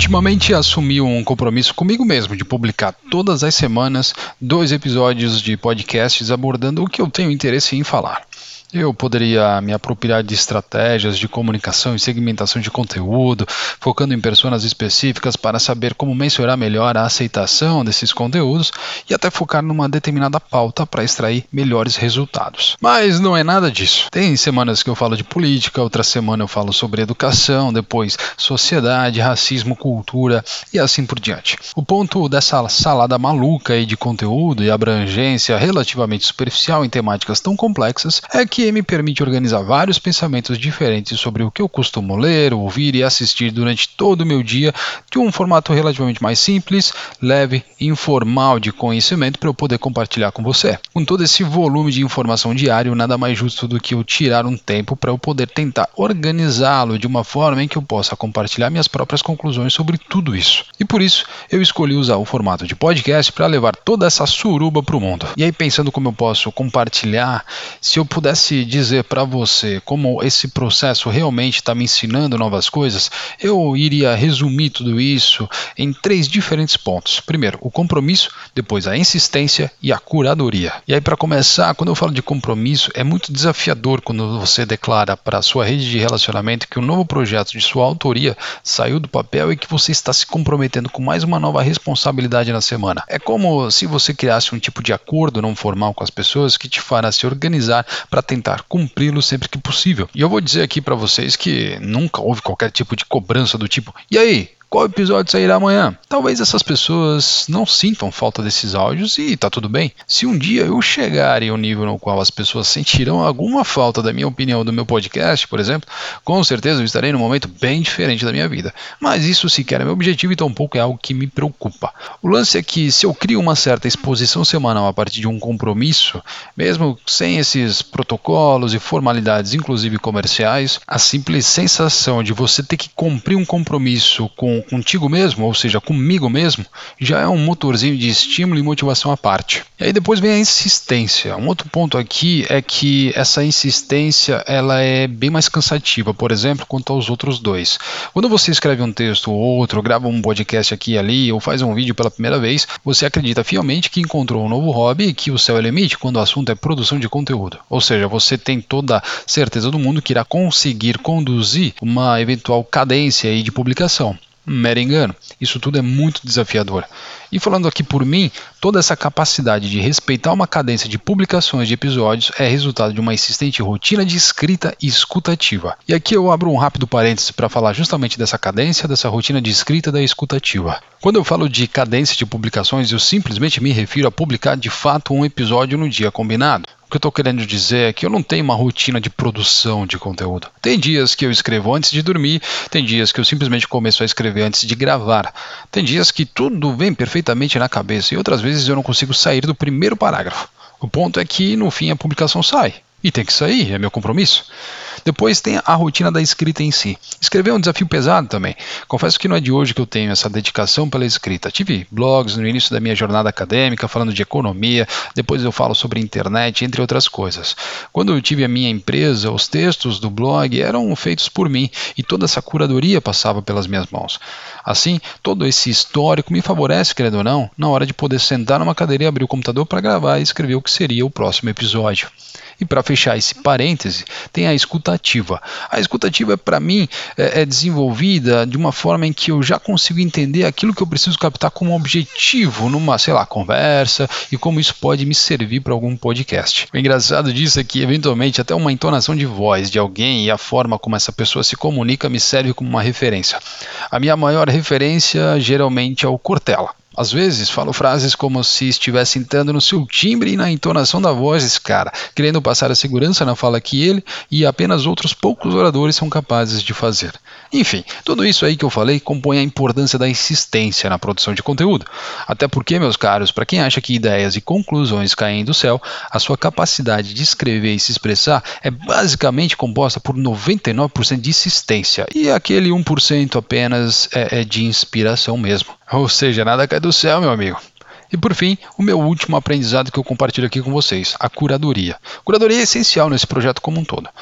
Ultimamente assumi um compromisso comigo mesmo de publicar todas as semanas 2 episódios de podcasts abordando o que eu tenho interesse em falar. Eu poderia me apropriar de estratégias de comunicação e segmentação de conteúdo, focando em personas específicas para saber como mensurar melhor a aceitação desses conteúdos e até focar numa determinada pauta para extrair melhores resultados. Mas não é nada disso. Tem semanas que eu falo de política, outra semana eu falo sobre educação, depois sociedade, racismo, cultura e assim por diante. O ponto dessa salada maluca aí de conteúdo e abrangência relativamente superficial em temáticas tão complexas é que me permite organizar vários pensamentos diferentes sobre o que eu costumo ler, ouvir e assistir durante todo o meu dia de um formato relativamente mais simples, leve e informal de conhecimento para eu poder compartilhar com você. Com todo esse volume de informação diário, nada mais justo do que eu tirar um tempo para eu poder tentar organizá-lo de uma forma em que eu possa compartilhar minhas próprias conclusões sobre tudo isso. E por isso, eu escolhi usar o formato de podcast para levar toda essa suruba para o mundo. E aí, pensando como eu posso compartilhar, se eu pudesse dizer para você como esse processo realmente está me ensinando novas coisas, eu iria resumir tudo isso em 3 diferentes pontos. Primeiro, o compromisso, depois a insistência e a curadoria. E aí, para começar, quando eu falo de compromisso, é muito desafiador quando você declara para a sua rede de relacionamento que um novo projeto de sua autoria saiu do papel e que você está se comprometendo com mais uma nova responsabilidade na semana. É como se você criasse um tipo de acordo não formal com as pessoas que te fará se organizar para tentar cumpri-lo sempre que possível. E eu vou dizer aqui para vocês que nunca houve qualquer tipo de cobrança do tipo: e aí? Qual episódio sairá amanhã? Talvez essas pessoas não sintam falta desses áudios e tá tudo bem. Se um dia eu chegar em um nível no qual as pessoas sentirão alguma falta da minha opinião do meu podcast, por exemplo, com certeza eu estarei num momento bem diferente da minha vida. Mas isso sequer é meu objetivo e tampouco é algo que me preocupa. O lance é que se eu crio uma certa exposição semanal a partir de um compromisso, mesmo sem esses protocolos e formalidades, inclusive comerciais, a simples sensação de você ter que cumprir um compromisso contigo mesmo, ou seja, comigo mesmo, já é um motorzinho de estímulo e motivação à parte. E aí depois vem a insistência. Um outro ponto aqui é que essa insistência ela é bem mais cansativa, por exemplo, quanto aos outros dois. Quando você escreve um texto ou outro, grava um podcast aqui e ali, ou faz um vídeo pela primeira vez, você acredita fielmente que encontrou um novo hobby e que o céu é limite quando o assunto é produção de conteúdo. Ou seja, você tem toda a certeza do mundo que irá conseguir conduzir uma eventual cadência aí de publicação. Mero engano, isso tudo é muito desafiador. E falando aqui por mim, toda essa capacidade de respeitar uma cadência de publicações de episódios é resultado de uma insistente rotina de escrita e escutativa. E aqui eu abro um rápido parênteses para falar justamente dessa cadência, dessa rotina de escrita e da escutativa. Quando eu falo de cadência de publicações, eu simplesmente me refiro a publicar de fato um episódio no dia combinado. O que eu estou querendo dizer é que eu não tenho uma rotina de produção de conteúdo. Tem dias que eu escrevo antes de dormir, tem dias que eu simplesmente começo a escrever antes de gravar, tem dias que tudo vem perfeitamente na cabeça e outras vezes eu não consigo sair do primeiro parágrafo. O ponto é que no fim a publicação sai. E tem que sair, é meu compromisso. Depois tem a rotina da escrita em si. Escrever é um desafio pesado também. Confesso que não é de hoje que eu tenho essa dedicação pela escrita. Tive blogs no início da minha jornada acadêmica, falando de economia, depois eu falo sobre internet, entre outras coisas. Quando eu tive a minha empresa, os textos do blog eram feitos por mim e toda essa curadoria passava pelas minhas mãos. Assim, todo esse histórico me favorece, querendo ou não, na hora de poder sentar numa cadeira e abrir o computador para gravar e escrever o que seria o próximo episódio. E para fechar esse parêntese, tem a escutativa. A escutativa, para mim, é desenvolvida de uma forma em que eu já consigo entender aquilo que eu preciso captar como objetivo numa, conversa e como isso pode me servir para algum podcast. O engraçado disso é que, eventualmente, até uma entonação de voz de alguém e a forma como essa pessoa se comunica me serve como uma referência. A minha maior referência, geralmente, é o Cortella. Às vezes falo frases como se estivesse entrando no seu timbre e na entonação da voz desse cara, querendo passar a segurança na fala que ele e apenas outros poucos oradores são capazes de fazer. Enfim, tudo isso aí que eu falei compõe a importância da insistência na produção de conteúdo. Até porque, meus caros, para quem acha que ideias e conclusões caem do céu, a sua capacidade de escrever e se expressar é basicamente composta por 99% de insistência e aquele 1% apenas é de inspiração mesmo. Ou seja, nada cai do céu, meu amigo. E por fim, o meu último aprendizado que eu compartilho aqui com vocês, a curadoria. Curadoria é essencial nesse projeto como um todo.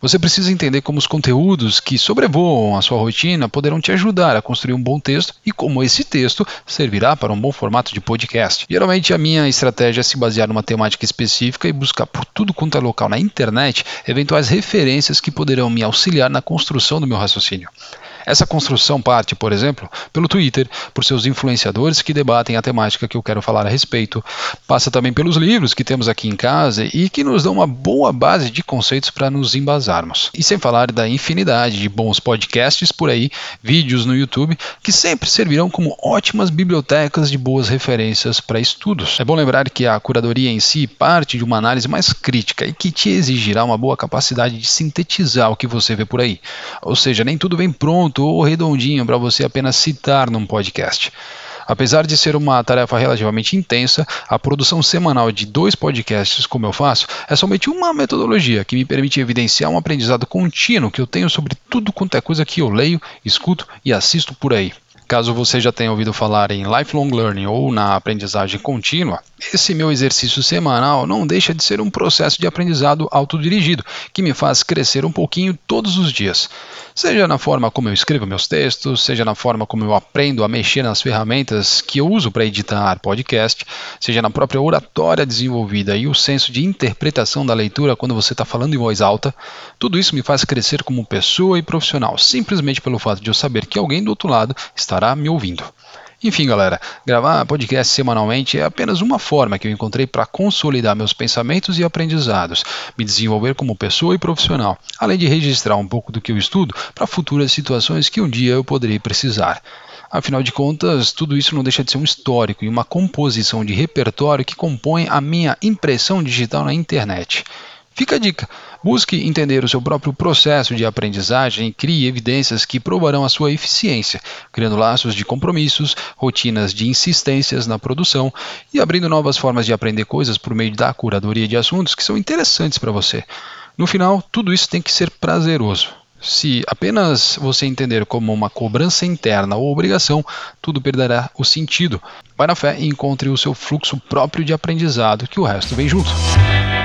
Você precisa entender como os conteúdos que sobrevoam a sua rotina poderão te ajudar a construir um bom texto e como esse texto servirá para um bom formato de podcast. Geralmente a minha estratégia é se basear numa temática específica e buscar por tudo quanto é local na internet eventuais referências que poderão me auxiliar na construção do meu raciocínio. Essa construção parte, por exemplo, pelo Twitter, por seus influenciadores que debatem a temática que eu quero falar a respeito. Passa também pelos livros que temos aqui em casa e que nos dão uma boa base de conceitos para nos embasarmos. E sem falar da infinidade de bons podcasts por aí, vídeos no YouTube, que sempre servirão como ótimas bibliotecas de boas referências para estudos. É bom lembrar que a curadoria em si parte de uma análise mais crítica e que te exigirá uma boa capacidade de sintetizar o que você vê por aí. Ou seja, nem tudo vem pronto ou redondinho para você apenas citar num podcast. Apesar de ser uma tarefa relativamente intensa, a produção semanal de 2 podcasts, como eu faço, é somente uma metodologia que me permite evidenciar um aprendizado contínuo que eu tenho sobre tudo quanto é coisa que eu leio, escuto e assisto por aí. Caso você já tenha ouvido falar em lifelong learning ou na aprendizagem contínua, esse meu exercício semanal não deixa de ser um processo de aprendizado autodirigido, que me faz crescer um pouquinho todos os dias. Seja na forma como eu escrevo meus textos, seja na forma como eu aprendo a mexer nas ferramentas que eu uso para editar podcast, seja na própria oratória desenvolvida e o senso de interpretação da leitura quando você está falando em voz alta, tudo isso me faz crescer como pessoa e profissional, simplesmente pelo fato de eu saber que alguém do outro lado estará me ouvindo. Enfim, galera, gravar podcast semanalmente é apenas uma forma que eu encontrei para consolidar meus pensamentos e aprendizados, me desenvolver como pessoa e profissional, além de registrar um pouco do que eu estudo para futuras situações que um dia eu poderei precisar. Afinal de contas, tudo isso não deixa de ser um histórico e uma composição de repertório que compõe a minha impressão digital na internet. Fica a dica, busque entender o seu próprio processo de aprendizagem e crie evidências que provarão a sua eficiência, criando laços de compromissos, rotinas de insistências na produção e abrindo novas formas de aprender coisas por meio da curadoria de assuntos que são interessantes para você. No final, tudo isso tem que ser prazeroso. Se apenas você entender como uma cobrança interna ou obrigação, tudo perderá o sentido. Vai na fé e encontre o seu fluxo próprio de aprendizado, que o resto vem junto.